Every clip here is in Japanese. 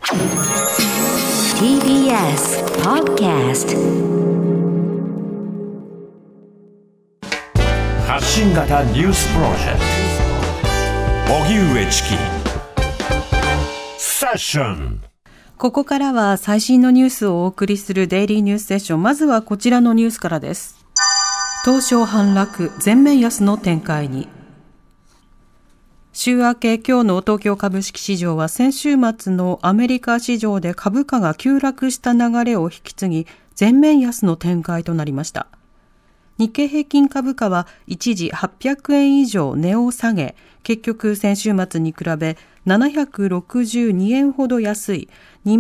TBS Podcast 発信型ニュースプロジェクト荻上チキセッション。 ここからは最新のニュースをお送りするデイリーニュースセッション。まずはこちらのニュースからです。東証反落、全面安の展開に。週明け今日の東京株式市場は先週末のアメリカ市場で株価が急落した流れを引き継ぎ、全面安の展開となりました。日経平均株価は一時800円以上値を下げ、結局先週末に比べ762円ほど安い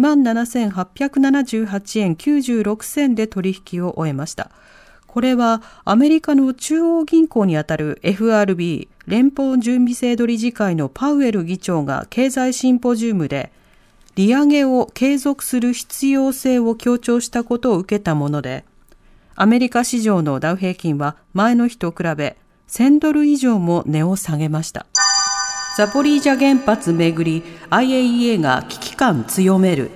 27,878 円96銭で取引を終えました。これはアメリカの中央銀行にあたる FRB 連邦準備制度理事会のパウエル議長が経済シンポジウムで利上げを継続する必要性を強調したことを受けたもので、アメリカ市場のダウ平均は前の日と比べ1000ドル以上も値を下げました。ザポリージャ原発めぐり IAEA が危機感強める。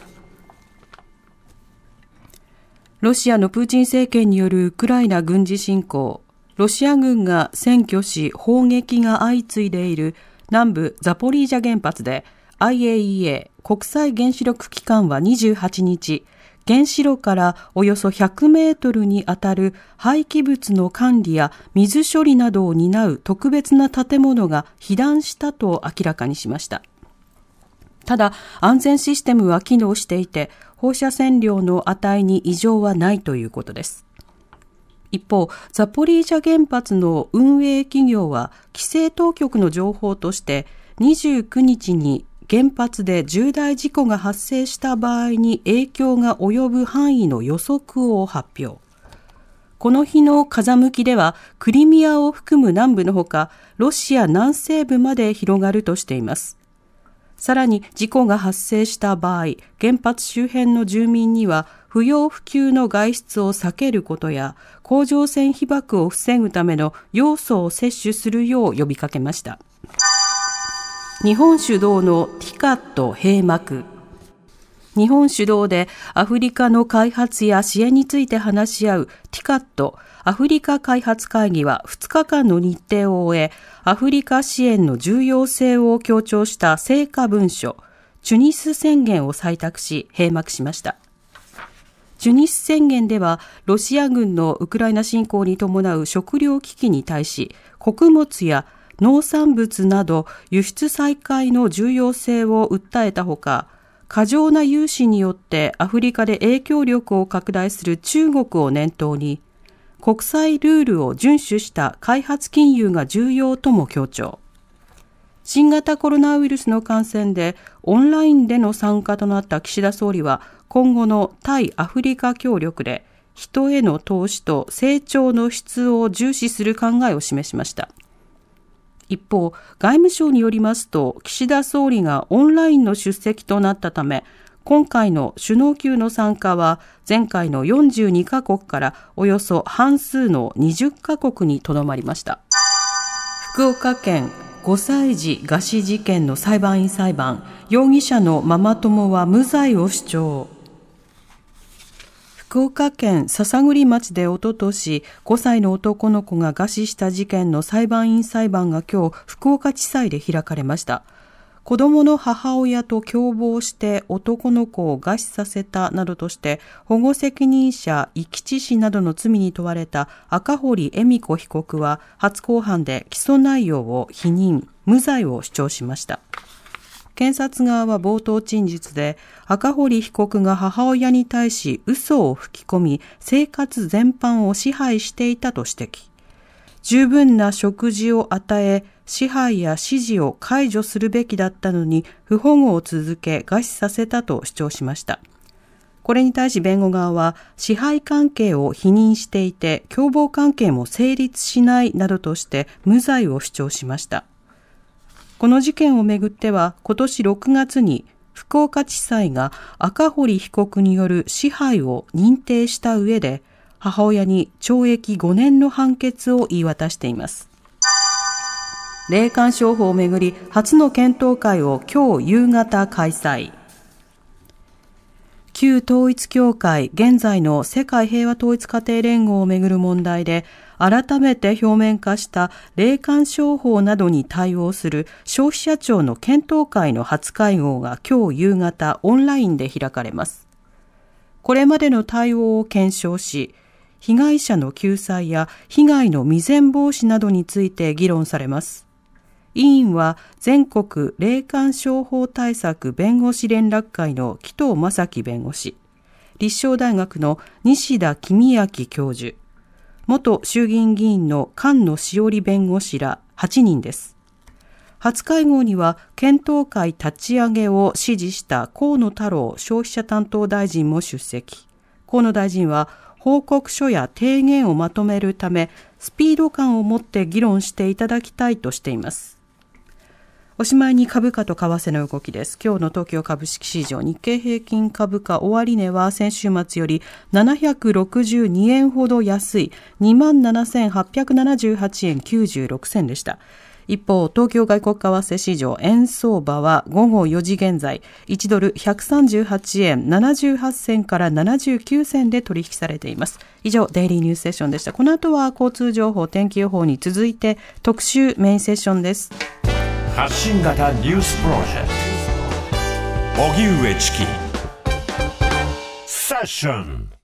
ロシアのプーチン政権によるウクライナ軍事侵攻、ロシア軍が占拠し砲撃が相次いでいる南部ザポリージャ原発で IAEA 国際原子力機関は28日、原子炉からおよそ100メートルにあたる廃棄物の管理や水処理などを担う特別な建物が被弾したと明らかにしました。ただ、安全システムは機能していて、放射線量の値に異常はないということです。一方、ザポリージャ原発の運営企業は、規制当局の情報として、29日に原発で重大事故が発生した場合に影響が及ぶ範囲の予測を発表。この日の風向きでは、クリミアを含む南部のほか、ロシア南西部まで広がるとしています。さらに事故が発生した場合、原発周辺の住民には不要不急の外出を避けることや、甲状腺被曝を防ぐための要素を摂取するよう呼びかけました。日本主導のTICAD閉幕。日本主導でアフリカの開発や支援について話し合う TICAD アフリカ開発会議は2日間の日程を終え、アフリカ支援の重要性を強調した成果文書、チュニス宣言を採択し閉幕しました。チュニス宣言では、ロシア軍のウクライナ侵攻に伴う食糧危機に対し、穀物や農産物など輸出再開の重要性を訴えたほか、過剰な融資によってアフリカで影響力を拡大する中国を念頭に、国際ルールを遵守した開発金融が重要とも強調。新型コロナウイルスの感染でオンラインでの参加となった岸田総理は、今後の対アフリカ協力で人への投資と成長の質を重視する考えを示しました。一方、外務省によりますと、岸田総理がオンラインの出席となったため、今回の首脳級の参加は前回の42カ国からおよそ半数の20カ国にとどまりました。福岡県5歳児餓死事件の裁判員裁判、容疑者のママ友は無罪を主張。福岡県篠栗町でおととし5歳の男の子が餓死した事件の裁判員裁判が今日福岡地裁で開かれました。子供の母親と共謀して男の子を餓死させたなどとして保護責任者遺棄致死などの罪に問われた赤堀恵美子被告は初公判で起訴内容を否認、無罪を主張しました。検察側は冒頭陳述で、赤堀被告が母親に対し嘘を吹き込み、生活全般を支配していたと指摘。十分な食事を与え、支配や指示を解除するべきだったのに、不保護を続け、餓死させたと主張しました。これに対し弁護側は、支配関係を否認していて、共謀関係も成立しないなどとして無罪を主張しました。この事件をめぐっては、今年6月に福岡地裁が赤堀被告による支配を認定した上で、母親に懲役5年の判決を言い渡しています。霊感商法をめぐり初の検討会を今日夕方開催。 旧統一教会、現在の世界平和統一家庭連合をめぐる問題で、改めて表面化した霊感商法などに対応する消費者庁の検討会の初会合が今日夕方オンラインで開かれます。これまでの対応を検証し、被害者の救済や被害の未然防止などについて議論されます。委員は全国霊感商法対策弁護士連絡会の紀藤正樹弁護士、立正大学の西田公明教授、元衆議院議員の菅野志織弁護士ら8人です。初会合には検討会立ち上げを指示した河野太郎消費者担当大臣も出席。河野大臣は報告書や提言をまとめるためスピード感を持って議論していただきたいとしています。おしまいに株価と為替の動きです。今日の東京株式市場、日経平均株価終値は先週末より762円ほど安い 27,878 円96銭でした。一方、東京外国為替市場、円相場は午後4時現在、1ドル138円78銭から79銭で取引されています。以上、デイリーニュースセッションでした。この後は交通情報、天気予報に続いて特集メインセッションです。 発信型ニュースプロジェクト荻上チキセッション。